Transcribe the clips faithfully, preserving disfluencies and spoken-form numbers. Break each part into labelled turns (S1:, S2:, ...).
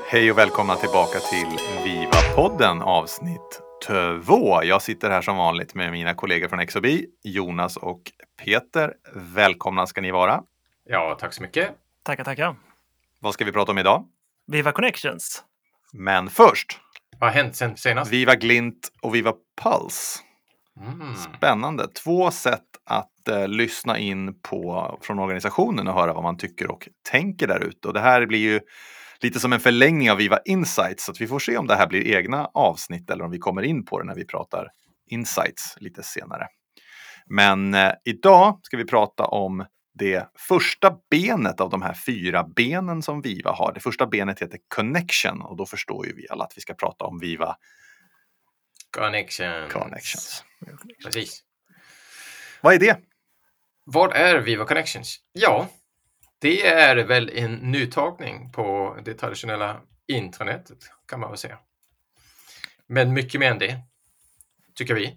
S1: Hej och välkomna tillbaka till Viva-podden avsnitt två. Jag sitter här som vanligt med mina kollegor från X O B, Jonas och Peter. Välkomna ska ni vara.
S2: Ja, tack så mycket.
S3: Tackar, tackar.
S1: Vad ska vi prata om idag?
S3: Viva Connections.
S1: Men först.
S2: Vad har hänt sen senast?
S1: Viva Glint och Viva Pulse.
S2: Mm.
S1: Spännande. Två sätt att eh, lyssna in på från organisationen och höra vad man tycker och tänker där ute. Och det här blir ju lite som en förlängning av Viva Insights. Så att vi får se om det här blir egna avsnitt eller om vi kommer in på det när vi pratar Insights lite senare. Men eh, idag ska vi prata om det första benet av de här fyra benen som Viva har. Det första benet heter Connection och då förstår ju vi alla att vi ska prata om Viva
S2: Connections.
S1: Connections.
S2: Precis.
S1: Vad är det?
S2: Vad är Viva Connections? Ja, det är väl en nytagning på det traditionella intranetet kan man väl säga. Men mycket mer än det, tycker vi.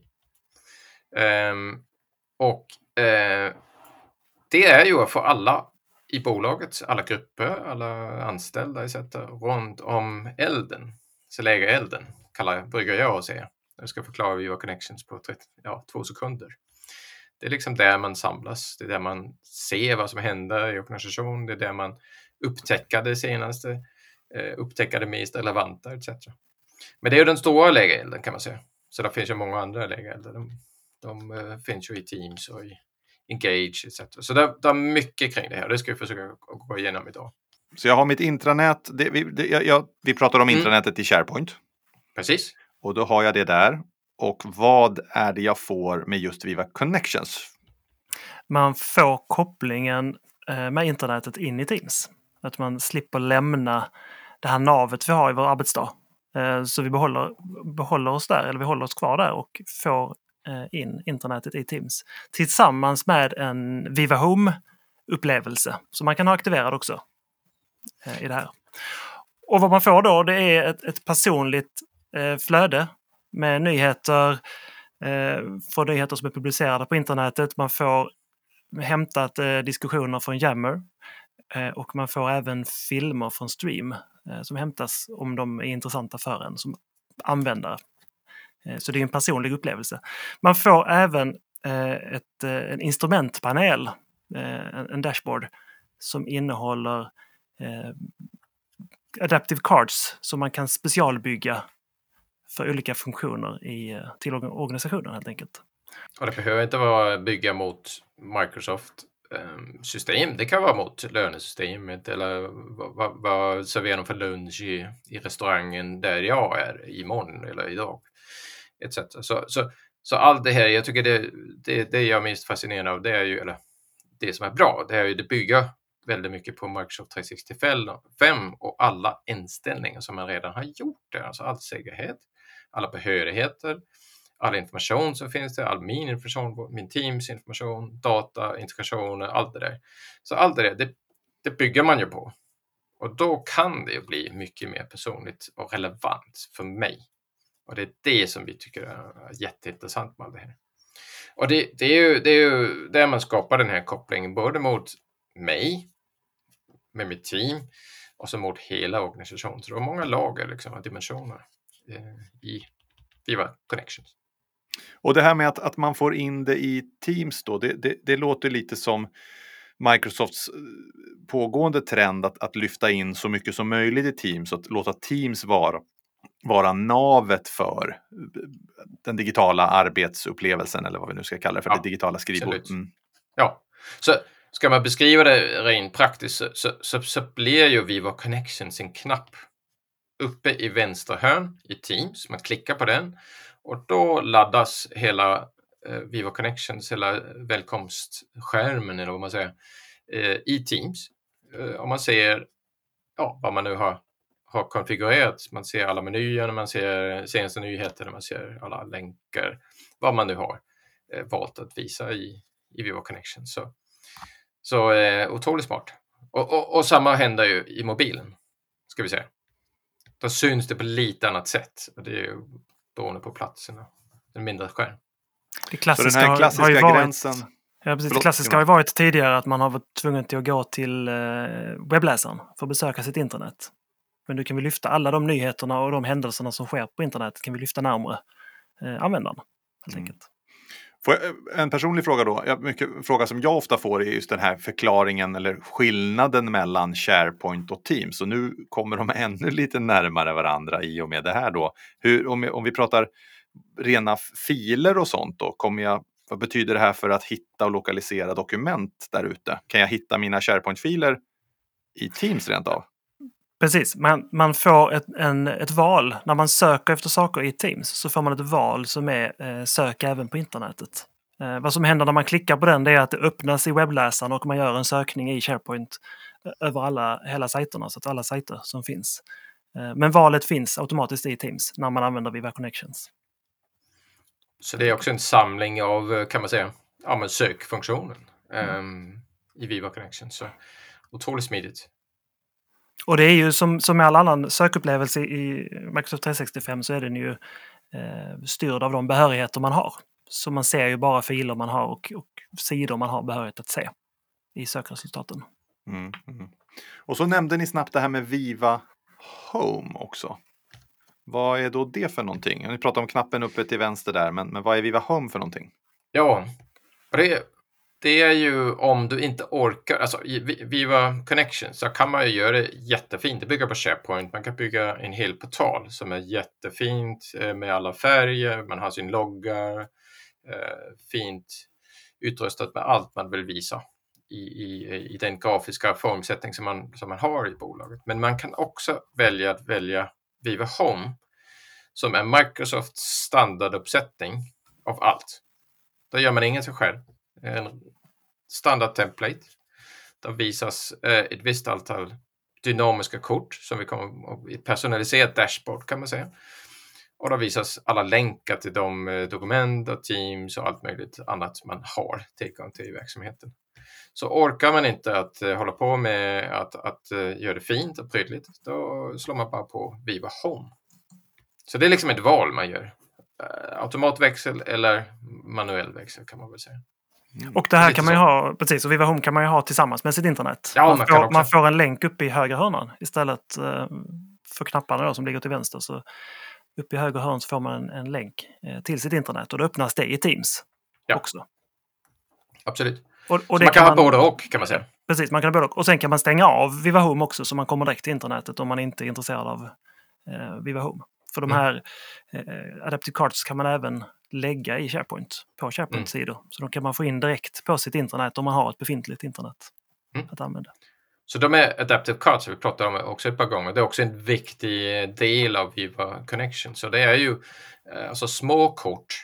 S2: Um, och uh, det är ju för alla i bolaget, alla grupper, alla anställda et cetera runt om elden. Så lägger elden, kallar, brukar jag säga. Jag ska förklara Viva Connections på trettio, ja, två sekunder. Det är liksom där man samlas. Det är där man ser vad som händer i organisationen. Det är där man upptäcker det senaste. Upptäcker det mest relevanta et cetera. Men det är ju den stora lägerelden kan man säga. Så det finns ju många andra lägereldar. De, de uh, finns ju i Teams och i Engage et cetera. Så det, det är mycket kring det här. Det ska vi försöka gå igenom idag.
S1: Så jag har mitt intranät. Det, vi, det, jag, jag, vi pratar om mm. intranätet i SharePoint.
S2: Precis.
S1: Och då har jag det där. Och vad är det jag får med just Viva Connections?
S3: Man får kopplingen med internetet in i Teams. Att man slipper lämna det här navet vi har i vår arbetsdag. Så vi behåller, behåller oss där, eller vi håller oss kvar där och får in internetet i Teams. Tillsammans med en Viva Home-upplevelse som man kan ha aktiverad också i det här. Och vad man får då, det är ett, ett personligt flöde med nyheter, eh, för nyheter som är publicerade på internetet. Man får hämtat eh, diskussioner från Yammer eh, och man får även filmer från Stream eh, som hämtas om de är intressanta för en som användare. Eh, så det är en personlig upplevelse. Man får även eh, ett, eh, en instrumentpanel, eh, en, en dashboard som innehåller eh, adaptive cards som man kan specialbygga för olika funktioner i, till organisationen helt enkelt.
S2: Och det behöver inte vara bygga mot Microsoft um, system. Det kan vara mot lönesystemet eller vad, vad, vad serverar de för lunch i, i restaurangen där jag är imorgon eller idag. et cetera. Så, så, så allt det här, jag tycker det, det, det jag är mest fascinerad av, det är ju, eller det som är bra, det är ju det bygger väldigt mycket på Microsoft trehundrasextiofem och alla inställningar som man redan har gjort där. Alltså all säkerhet, alla behörigheter, all information som finns där, all min information, min teams information, data, integrationer, allt det där. Så allt det där, det, det bygger man ju på. Och då kan det bli mycket mer personligt och relevant för mig. Och det är det som vi tycker är jätteintressant med det här. Och det, det, är ju, det är ju där man skapar den här kopplingen både mot mig, med mitt team och så mot hela organisationen. Så det är många lager liksom, och dimensioner eh, i Viva Connections.
S1: Och det här med att, att man får in det i Teams då, det, det, det låter lite som Microsofts pågående trend att, att lyfta in så mycket som möjligt i Teams, att låta Teams vara, vara navet för den digitala arbetsupplevelsen eller vad vi nu ska kalla det för, ja, det digitala skrivbordet. Mm.
S2: Ja, så ska man beskriva det rent praktiskt så, så, så, så blir ju Viva Connections en knapp uppe i vänstra hörn i Teams. Man klickar på den och då laddas hela eh, Viva Connections, hela välkomstskärmen eller vad man säger, eh, i Teams. Eh, och man ser ja, vad man nu har, har konfigurerat. Man ser alla menyer, man ser senaste nyheter, man ser alla länkar, vad man nu har eh, valt att visa i, i Viva Connections. Så Så eh, otroligt smart. Och, och, och samma händer ju i mobilen, ska vi säga. Då syns det på lite annat sätt. Och det är ju beroende på platserna. En mindre skärm.
S3: Det klassiska,
S1: så den här klassiska
S3: har ju varit,
S1: gränsen...
S3: Ja, precis. Det klassiska har ju varit tidigare att man har varit tvungen till att gå till eh, webbläsaren för att besöka sitt internet. Men du kan vi lyfta alla de nyheterna och de händelserna som sker på internet kan vi lyfta närmare eh, användaren. Helt
S1: Mm.
S3: enkelt.
S1: Får jag, en personlig fråga då. Jag, mycket, fråga som jag ofta får är just den här förklaringen eller skillnaden mellan SharePoint och Teams. Och nu kommer de ännu lite närmare varandra i och med det här då. Hur, om, om vi pratar rena filer och sånt då, kommer jag, vad betyder det här för att hitta och lokalisera dokument där ute? Kan jag hitta mina SharePoint-filer i Teams rent av?
S3: Precis, man, man får ett, en, ett val. När man söker efter saker i Teams så får man ett val som är eh, sök även på internetet. Eh, vad som händer när man klickar på den det är att det öppnas i webbläsaren och man gör en sökning i SharePoint eh, över alla, hela sajterna, så att alla sajter som finns. Eh, men valet finns automatiskt i Teams när man använder Viva Connections.
S2: Så det är också en samling av, kan man säga, ja, men sökfunktionen mm. um, i Viva Connections. Så otroligt smidigt.
S3: Och det är ju som, som med all annan sökupplevelse i Microsoft tre sextiofem så är den ju eh, styrd av de behörigheter man har. Så man ser ju bara filer man har och, och sidor man har behörighet att se i sökresultaten.
S1: Mm, mm. Och så nämnde ni snabbt det här med Viva Home också. Vad är då det för någonting? Ni pratar om knappen uppe till vänster där, men, men vad är Viva Home för någonting?
S2: Ja, det, det är ju om du inte orkar, alltså i Viva Connections så kan man ju göra det jättefint. Det bygger på SharePoint, man kan bygga en hel portal som är jättefint med alla färger, man har sin logga, eh, fint utrustat med allt man vill visa i, i, i den grafiska formsättning som man, som man har i bolaget. Men man kan också välja att välja Viva Home som är Microsofts standarduppsättning av allt. Då gör man inget sig själv. En standard template. Där visas eh, ett visst antal dynamiska kort som vi kommer i personaliserat dashboard kan man säga. Och då visas alla länkar till de eh, dokument och Teams och allt möjligt annat man har tillgång till i verksamheten. Så orkar man inte att eh, hålla på med att, att eh, göra det fint och prydligt, då slår man bara på Viva Home. Så det är liksom ett val man gör. Uh, automatväxel eller manuell växel kan man väl säga.
S3: Mm. Och det här kan man ju ha, precis, och Viva Home kan man ju ha tillsammans med sitt internet.
S2: Ja,
S3: man,
S2: man,
S3: får,
S2: kan också.
S3: man får en länk uppe i högra hörnan istället uh, för knapparna då, som ligger till vänster. Så uppe i höger hörn så får man en, en länk uh, till sitt internet och då öppnas det i Teams
S2: ja.
S3: också.
S2: Absolut.
S3: Och, och
S2: så
S3: det
S2: man kan,
S3: kan
S2: ha både och kan man säga.
S3: Precis, man kan ha både och. Och sen kan man stänga av Viva Home också så man kommer direkt till internetet om man inte är intresserad av uh, Viva Home. För de här eh, Adaptive Cards kan man även lägga i SharePoint, på SharePoint-sidor. Mm. Så då kan man få in direkt på sitt internet om man har ett befintligt internet mm. att använda.
S2: Så de är Adaptive Cards som vi pratade om också ett par gånger. Det är också en viktig del av Viva Connection. Så det är ju eh, alltså små kort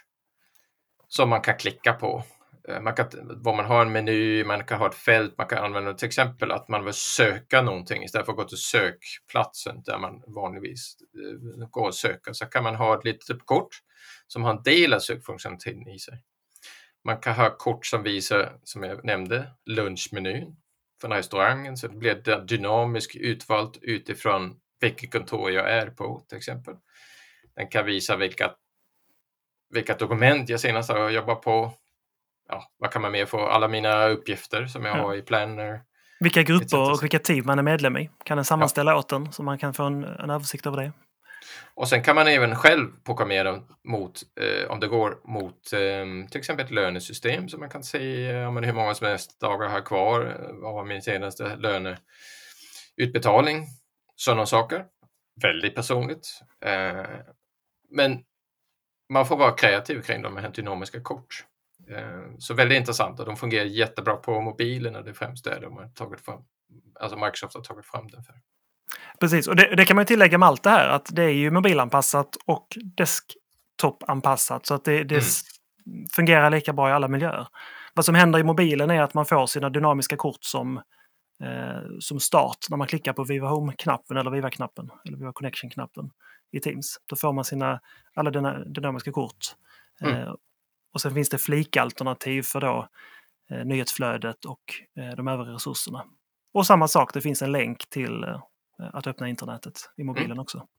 S2: som man kan klicka på. Man kan, var man har en meny, man kan ha ett fält, man kan använda till exempel att man vill söka någonting istället för att gå till sökplatsen där man vanligtvis går och söker, så kan man ha ett litet kort som har en del av sökfunktionaliteten i sig. Man kan ha kort som visar, som jag nämnde, lunchmenyn från restaurangen, så det blir dynamiskt utvalt utifrån vilket kontor jag är på till exempel. Den kan visa vilka, vilka dokument jag senast har jobbat på. Ja, vad kan man mer få? Alla mina uppgifter som jag ja. har i Planner.
S3: Vilka grupper och vilka team man är medlem i. Kan den sammanställa ja. åt den så man kan få en, en översikt över det.
S2: Och sen kan man även själv programmera mot, eh, om det går mot eh, till exempel ett lönesystem så man kan se eh, hur många som helst dagar jag har kvar, vad var min senaste löneutbetalning. Sådana saker. Väldigt personligt. Eh, men man får vara kreativ kring de här dynamiska kort. Så väldigt intressant och de fungerar jättebra på mobilen och det främst är de har tagit fram, alltså Microsoft har tagit fram den för.
S3: Precis, och det, det kan man ju tillägga med allt det här att det är ju mobilanpassat och desktop-anpassat så att det, det mm. fungerar lika bra i alla miljöer. Vad som händer i mobilen är att man får sina dynamiska kort som, eh, som start när man klickar på Viva Home-knappen eller Viva-knappen eller Viva Connection-knappen i Teams. Då får man sina alla dyna, dynamiska kort. Mm. Eh, Och sen finns det flikalternativ för då eh, nyhetsflödet och eh, de övriga resurserna. Och samma sak, det finns en länk till eh, att öppna internetet i mobilen mm. också.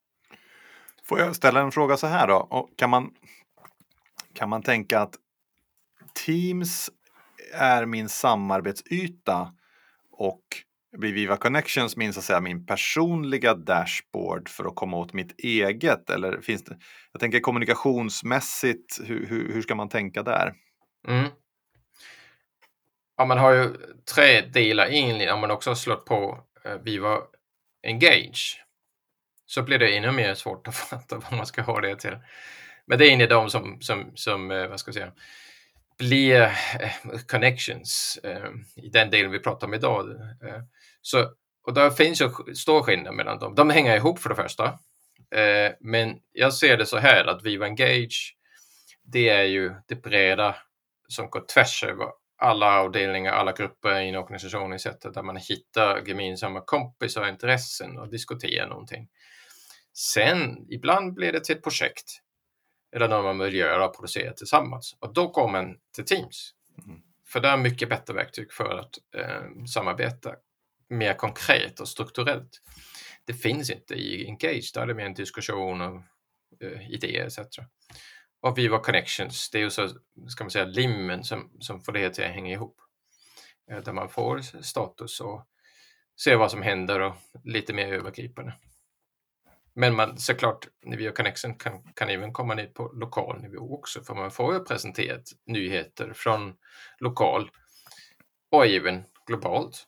S1: Får jag ställa en fråga så här då? Och kan man, kan man tänka att Teams är min samarbetsyta och blir Viva Connections min, så att säga, min personliga dashboard för att komma åt mitt eget? Eller finns det, jag tänker kommunikationsmässigt, hur, hur, hur ska man tänka där?
S2: Mm. Ja, man har ju tre delar egentligen. Om man också har slått på eh, Viva Engage så blir det ännu mer svårt att fatta vad man ska ha det till. Men det är en av de som, som, som eh, vad ska jag säga, blir eh, connections eh, i den delen vi pratar om idag. Eh, så, och där finns ju stor skillnad mellan dem. De hänger ihop för det första. Eh, men jag ser det så här att Viva Engage, det är ju det breda som går tvärs över alla avdelningar, alla grupper i en organisation, där man hittar gemensamma kompisar och intressen och diskuterar någonting. Sen ibland blir det till ett projekt eller något man vill göra och producera tillsammans. Och då går man till Teams. Mm. För det är mycket bättre verktyg för att eh, samarbeta mer konkret och strukturellt. Det finns inte i Engage, där är det mer en diskussion och eh, idéer et cetera. Och Viva Connections, det är ju så, ska man säga, limmen som, som får det till att hänga ihop. Eh, där man får status och ser vad som händer och lite mer övergripande. Men man, såklart, Viva Connection kan, kan även komma ner på lokal nivå också. För man får ju presenterat nyheter från lokal och även globalt.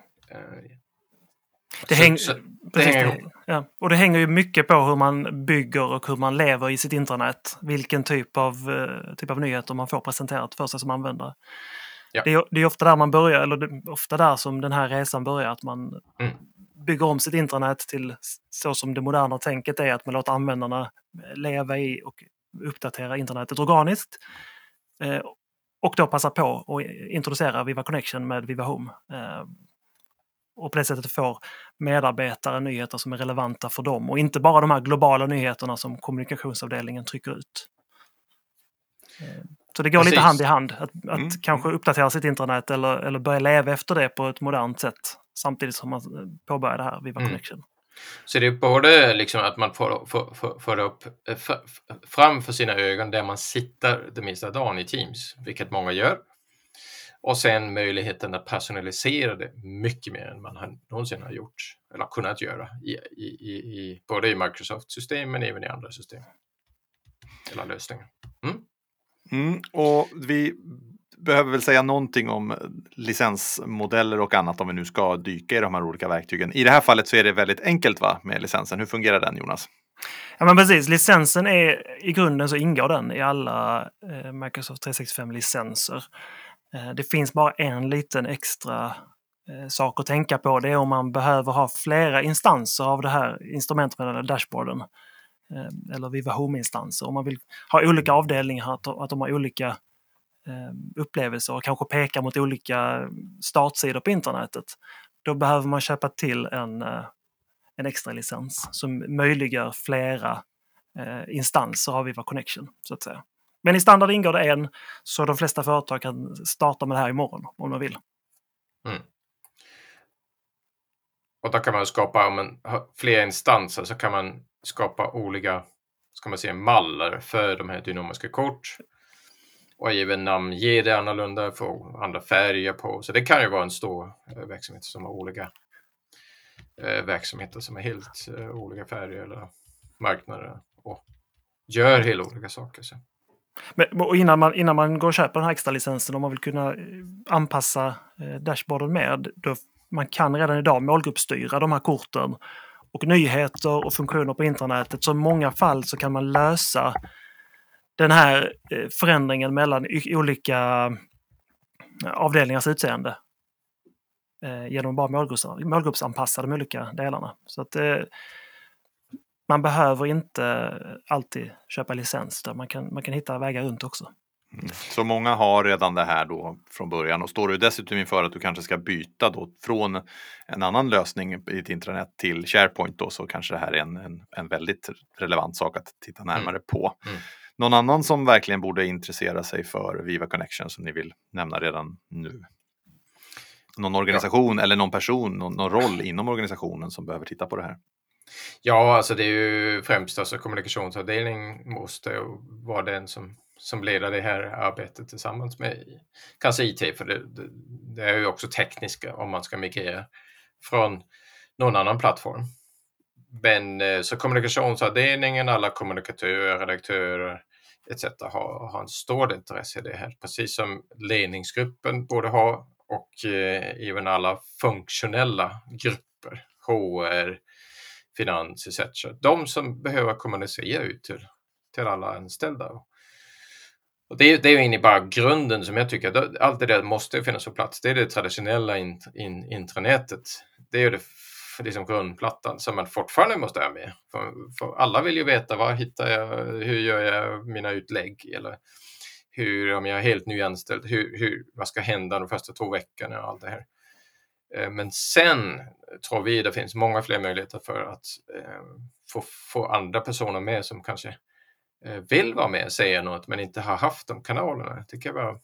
S3: Det,
S2: så,
S3: häng,
S2: så, det
S3: precis,
S2: hänger
S3: det, ja. Och det hänger ju mycket på hur man bygger och hur man lever i sitt intranät. Vilken typ av, typ av nyheter man får presenterat för sig som användare. Ja. Det, är, det är ofta där man börjar, eller det, ofta där som den här resan börjar, att man mm. bygger om sitt intranät till så som det moderna tänket är, att man låter användarna leva i och uppdatera intranätet organiskt. Eh, och då passa på att introducera Viva Connection med Viva Home. Eh, och på det sättet får medarbetare nyheter som är relevanta för dem. Och inte bara de här globala nyheterna som kommunikationsavdelningen trycker ut. Eh, så det går Precis. lite hand i hand. Att, att mm. kanske uppdatera sitt intranät eller, eller börja leva efter det på ett modernt sätt. Samtidigt som man påbörjar det här Viva mm. Connection.
S2: Så det är både liksom att man får, får, får, får upp för, framför sina ögon där man sitter det mesta dagen i Teams, vilket många gör. Och sen möjligheten att personalisera det mycket mer än man har, någonsin har gjort eller kunnat göra i, i, i, i, både i Microsoft-system men även i andra system. Eller lösningar. Mm.
S1: Mm, och vi behöver väl säga någonting om licensmodeller och annat om vi nu ska dyka i de här olika verktygen. I det här fallet så är det väldigt enkelt, va, med licensen. Hur fungerar den, Jonas?
S3: Ja, men precis. Licensen är, i grunden så ingår den i alla eh, Microsoft tre sextiofem-licenser. Eh, det finns bara en liten extra eh, sak att tänka på. Det är om man behöver ha flera instanser av det här instrumentet med den här dashboarden. Eh, eller Viva Home-instanser. Om man vill ha olika avdelningar, att, att de har olika upplevelser och kanske pekar mot olika startsidor på internetet, då behöver man köpa till en, en extra licens som möjliggör flera eh, instanser av Viva Connection, så att säga. Men i standard ingår det en, så de flesta företag kan starta med det här imorgon om de vill.
S2: Mm. Och då kan man skapa, om man har fler instanser så kan man skapa olika, ska man säga, mallar för de här dynamiska kort. Och även namnge det annorlunda, få andra färger på. Så det kan ju vara en stor eh, verksamhet som har olika eh, verksamheter som är helt eh, olika färger eller marknader och gör helt olika saker. Så.
S3: Men och innan, man, innan man går och köper den här extra licensen, om man vill kunna anpassa eh, dashboarden med, då man kan redan idag målgruppsstyra de här korten och nyheter och funktioner på intranätet. Så i många fall så kan man lösa den här förändringen mellan olika avdelningars utseende eh, genom att bara målgrupps, målgruppsanpassa de olika delarna. Så att eh, man behöver inte alltid köpa licens där. Man kan, man kan hitta vägar runt också.
S1: Mm. Så många har redan det här då från början, och står du dessutom inför att du kanske ska byta då från en annan lösning i ditt intranät till SharePoint då, så kanske det här är en, en, en väldigt relevant sak att titta närmare mm. på. Mm. Någon annan som verkligen borde intressera sig för Viva Connection som ni vill nämna redan nu? Någon organisation ja. eller någon person, någon, någon roll inom organisationen som behöver titta på det här?
S2: Ja, alltså det är ju främst alltså kommunikationsavdelning måste vara den som, som leder det här arbetet tillsammans med kanske I T, för det, det, det är ju också tekniska om man ska migrera från någon annan plattform. Men eh, så kommunikationsavdelningen, alla kommunikatörer, redaktörer et cetera har, har en stort intresse i det här. Precis som ledningsgruppen borde ha och eh, även alla funktionella grupper, H R, finans et cetera. De som behöver kommunicera ut till, till alla anställda. Och det, det är ju bara grunden som jag tycker att allt det där måste finnas på plats. Det är det traditionella in, in, intranätet. Det är det liksom grundplattan som man fortfarande måste ha med. För, för alla vill ju veta vad hittar jag, hur gör jag mina utlägg eller hur, om jag är helt nyanställd, hur, hur, vad ska hända de första två veckorna och allt det här. Men sen tror vi det finns många fler möjligheter för att eh, få, få andra personer med som kanske eh, vill vara med och säga något men inte har haft de kanalerna. Jag tycker bara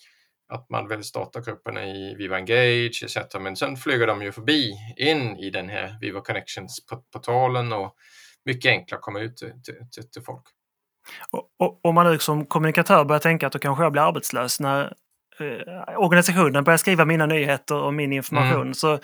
S2: att man vill starta grupperna i Viva Engage et cetera. Men sen flyger de ju förbi in i den här Viva Connections-portalen och mycket enklare komma ut till, till, till folk.
S3: Och, och, om man nu som kommunikatör börjar tänka att då kanske jag blir arbetslös när eh, organisationen börjar skriva mina nyheter och min information. Mm. Så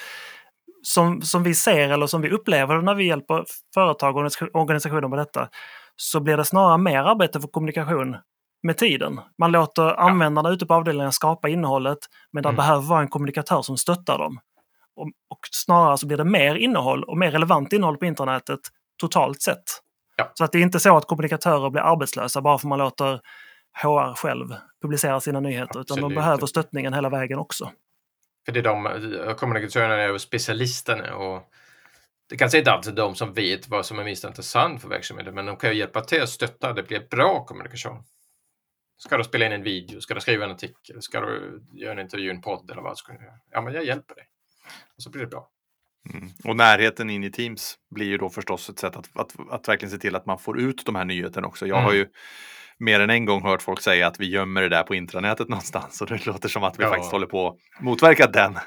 S3: som, som vi ser eller som vi upplever när vi hjälper företag och organisationer med detta så blir det snarare mer arbete för kommunikation med tiden. Man låter ja. användarna ute på avdelningen skapa innehållet men det mm. behöver vara en kommunikatör som stöttar dem. Och, och snarare så blir det mer innehåll och mer relevant innehåll på internetet totalt sett. Ja. Så att det är inte så att kommunikatörer blir arbetslösa bara för man låter H R själv publicera sina nyheter. Absolut. Utan de behöver stöttningen hela vägen också.
S2: För det är de, kommunikatörerna är ju specialisterna och det kanske inte alltid de som vet vad som är mest intressant för verksamheten men de kan ju hjälpa till att stötta det blir bra kommunikation. Ska du spela in en video? Ska du skriva en artikel? Ska du göra en intervju, en podd eller vad ska du göra? Ja, men jag hjälper dig. Och så blir det bra.
S1: Mm. Och närheten in i Teams blir ju då förstås ett sätt att, att, att verkligen se till att man får ut de här nyheterna också. Jag mm. har ju mer än en gång hört folk säga att vi gömmer det där på intranätet någonstans. Och det låter som att vi ja. faktiskt håller på att motverka den,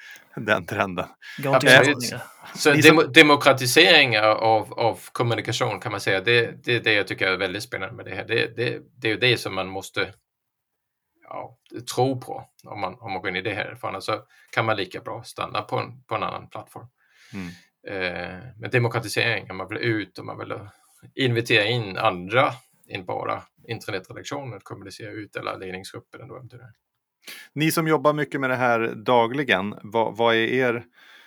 S1: den trenden.
S2: Absolut. Så dem- demokratisering av, av kommunikation kan man säga, det, det är det jag tycker är väldigt spännande med det här. Det, det, det är ju det som man måste ja, tro på om man, om man går in i det här. För annars så kan man lika bra stanna på en, på en annan plattform. Mm. Eh, men demokratisering, om man vill ut och man vill invitera in andra än bara internetredaktioner att kommunicera ut eller ledningsgrupper eller vad det är.
S1: Ni som jobbar mycket med det här dagligen, vad, vad är er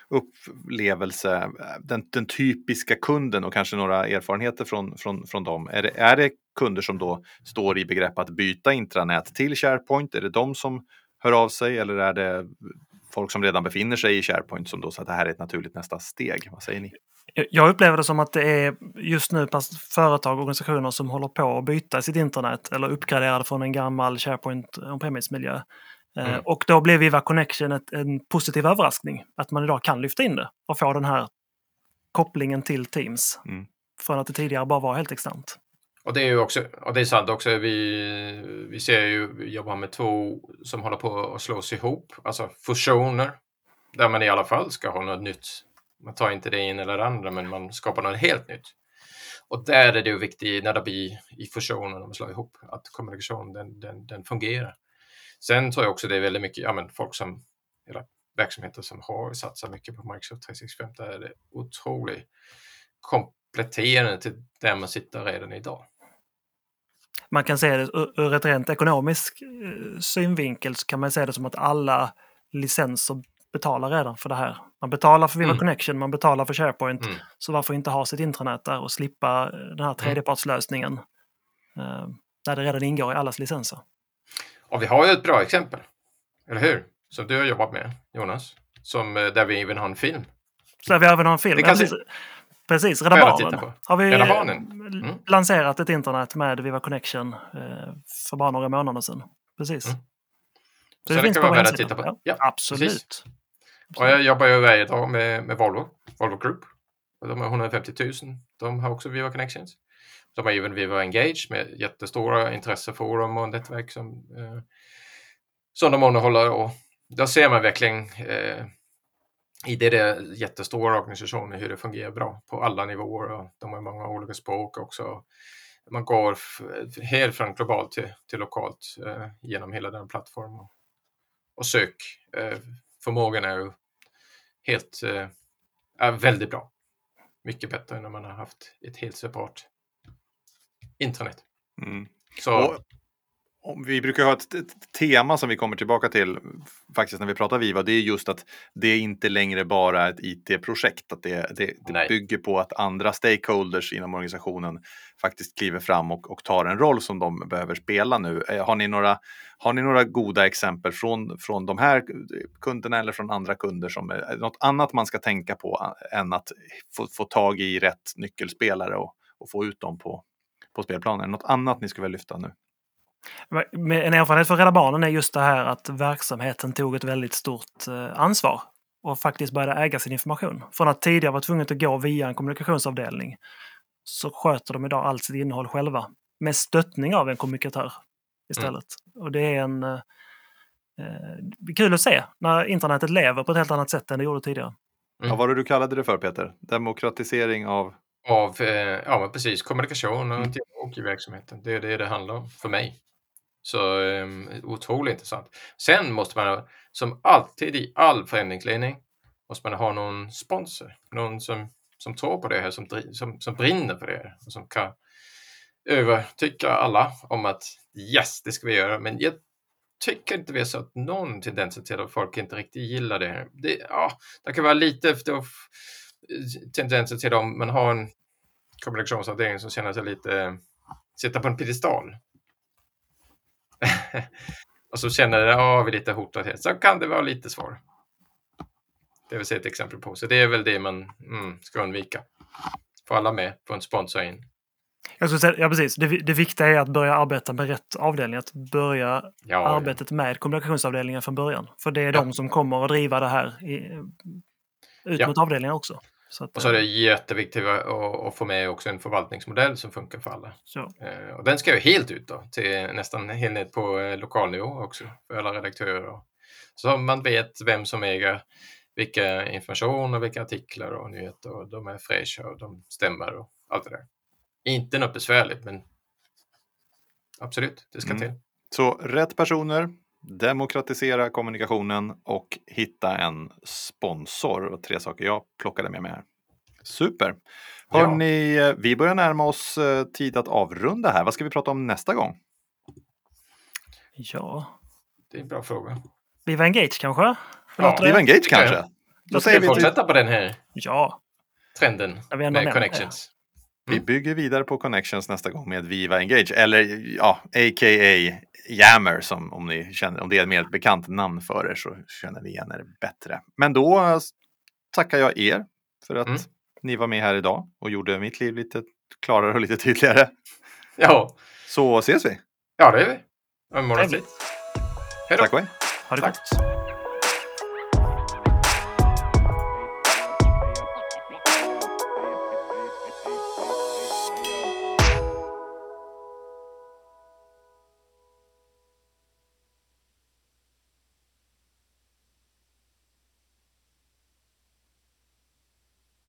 S1: upplevelse, den, den typiska kunden och kanske några erfarenheter från, från, från dem? Är det, är det kunder som då står i begrepp att byta intranät till SharePoint? Är det de som hör av sig eller är det folk som redan befinner sig i SharePoint som då så att det här är ett naturligt nästa steg? Vad säger ni?
S3: Jag upplever det som att det är just nu företag och organisationer som håller på att byta sitt internet eller uppgradera det från en gammal SharePoint on-premise-miljö. Mm. Och då blev Viva Connection ett, en positiv överraskning att man idag kan lyfta in det och få den här kopplingen till Teams. Mm. Från att det tidigare bara var helt externt.
S2: Och det är ju också, och det är sant också, vi, vi ser ju, vi jobbar med två som håller på att slås ihop, alltså fusioner, där man i alla fall ska ha något nytt. Man tar inte det in eller det andra, men man skapar något helt nytt. Och där är det ju viktigt när det blir i fusionen, när man slår ihop, att kommunikation den, den, den fungerar. Sen tror jag också det är väldigt mycket, ja men folk som, eller verksamheter som har satsat mycket på Microsoft tre sextiofem, där är det otroligt kompletterande till där man sitter redan idag.
S3: Man kan se det ur ett rent ekonomisk synvinkel så kan man se det som att alla licenser betalar redan för det här. Man betalar för Viva mm. Connection, man betalar för SharePoint, mm. så varför inte ha sitt intranät där och slippa den här tredjepartslösningen mm. där det redan ingår i allas licenser.
S2: Och vi har ju ett bra exempel, eller hur? Som du har jobbat med, Jonas, som, där vi även har en film.
S3: Så där vi även har en film. Precis, se... precis Rädda Barnen. Har vi
S2: Rädda Barnen. Mm.
S3: lanserat ett internet med Viva Connection eh, för bara några månader sedan. Precis. Mm.
S2: Så, så det, det finns kan vara värt att titta på.
S3: Ja, ja, absolut. Absolut.
S2: Och jag jobbar ju varje dag med, med Volvo, Volvo Group. Och de har hundrafemtio tusen. De har också Viva Connections. De har även Viva Engage med jättestora intresseforum och nätverk som, eh, som de underhåller. Och där ser man verkligen eh, i det där jättestora organisationer hur det fungerar bra på alla nivåer. Och de har många olika språk också. Man går f- helt från globalt till, till lokalt eh, genom hela den plattformen. Och sök. Eh, förmågan är ju helt eh, är väldigt bra. Mycket bättre än när man har haft ett helt separat internet.
S1: Mm.
S2: Så
S1: Och, och vi brukar ha ett, ett tema som vi kommer tillbaka till faktiskt när vi pratar Viva. Det är just att det är inte längre bara ett I T-projekt. Att det, det, det bygger på att andra stakeholders inom organisationen faktiskt kliver fram och, och tar en roll som de behöver spela nu. Har ni några, har ni några goda exempel från, från de här kunderna eller från andra kunder som är något annat man ska tänka på än att få, få tag i rätt nyckelspelare och, och få ut dem på, på spelplanen? Något annat ni skulle vilja lyfta nu?
S3: En erfarenhet för Rädda Barnen är just det här att verksamheten tog ett väldigt stort ansvar och faktiskt började äga sin information. Från att tidigare var tvunget att gå via en kommunikationsavdelning så sköter de idag allt sitt innehåll själva med stöttning av en kommunikatör istället. Mm. Och det är en eh, kul att se när internetet lever på ett helt annat sätt än det gjorde tidigare.
S1: Mm. Ja, vad var det du kallade det för, Peter? Demokratisering av...
S2: Av, eh, ja men precis, kommunikation och mm. dialog i verksamheten. Det är det det handlar om för mig. Så eh, otroligt intressant. Sen måste man, som alltid i all förändringsledning, måste man ha någon sponsor. Någon som, som tror på det här, som, som, som brinner för det här. Och som kan övertyga alla om att yes, det ska vi göra. Men jag tycker inte vi har sett någon tendens till att folk inte riktigt gillar det här. Det, ja, det kan vara lite då, tendenser till om man har en kommunikationsavdelning som känner sig lite sitta på en piedestal. Och så känner det, ja, vi är lite hotade. Så kan det vara lite svårt. Det vill säga ett exempel på. Så det är väl det man mm, ska undvika. Få alla med på en sponsor in.
S3: Jag skulle säga, ja, precis. Det, det viktiga är att börja arbeta med rätt avdelning. Att börja ja, arbetet ja. med kommunikationsavdelningen från början. För det är ja. de som kommer att driva det här i, ut ja. mot avdelningen också. Så att,
S2: och så är det jätteviktigt att, att få med också en förvaltningsmodell som funkar för alla. Så. Och den ska ju helt ut då, till nästan helt ned på lokalnivå också för alla redaktörer. Så man vet vem som äger vilka information och vilka artiklar och nyheter och de är fräscha och de stämmer och allt det där. Inte något besvärligt, men absolut, det ska mm. till.
S1: Så rätt personer, demokratisera kommunikationen och hitta en sponsor. Och tre saker jag plockade med mig här. Super! Hörrni, ja. vi börjar närma oss tid att avrunda här. Vad ska vi prata om nästa gång?
S3: Ja,
S2: det är en bra fråga.
S3: Viva Engage kanske?
S1: Ja, Viva Engage kanske. Ja.
S2: Då ska vi fortsätta på den här
S3: ja.
S2: trenden med connections.
S1: Mm. Vi bygger vidare på Connections nästa gång med Viva Engage. Eller ja, a k a. Yammer, som om ni känner, om det är ett mer bekant namn för er så känner ni igen er bättre. Men då tackar jag er för att mm. ni var med här idag och gjorde mitt liv lite klarare och lite tydligare.
S2: Ja.
S1: Så ses vi.
S2: Ja, det är vi. Imorgon.
S3: Hej då.
S1: Tack och hej.
S3: Ha det
S2: Tack.
S3: gott.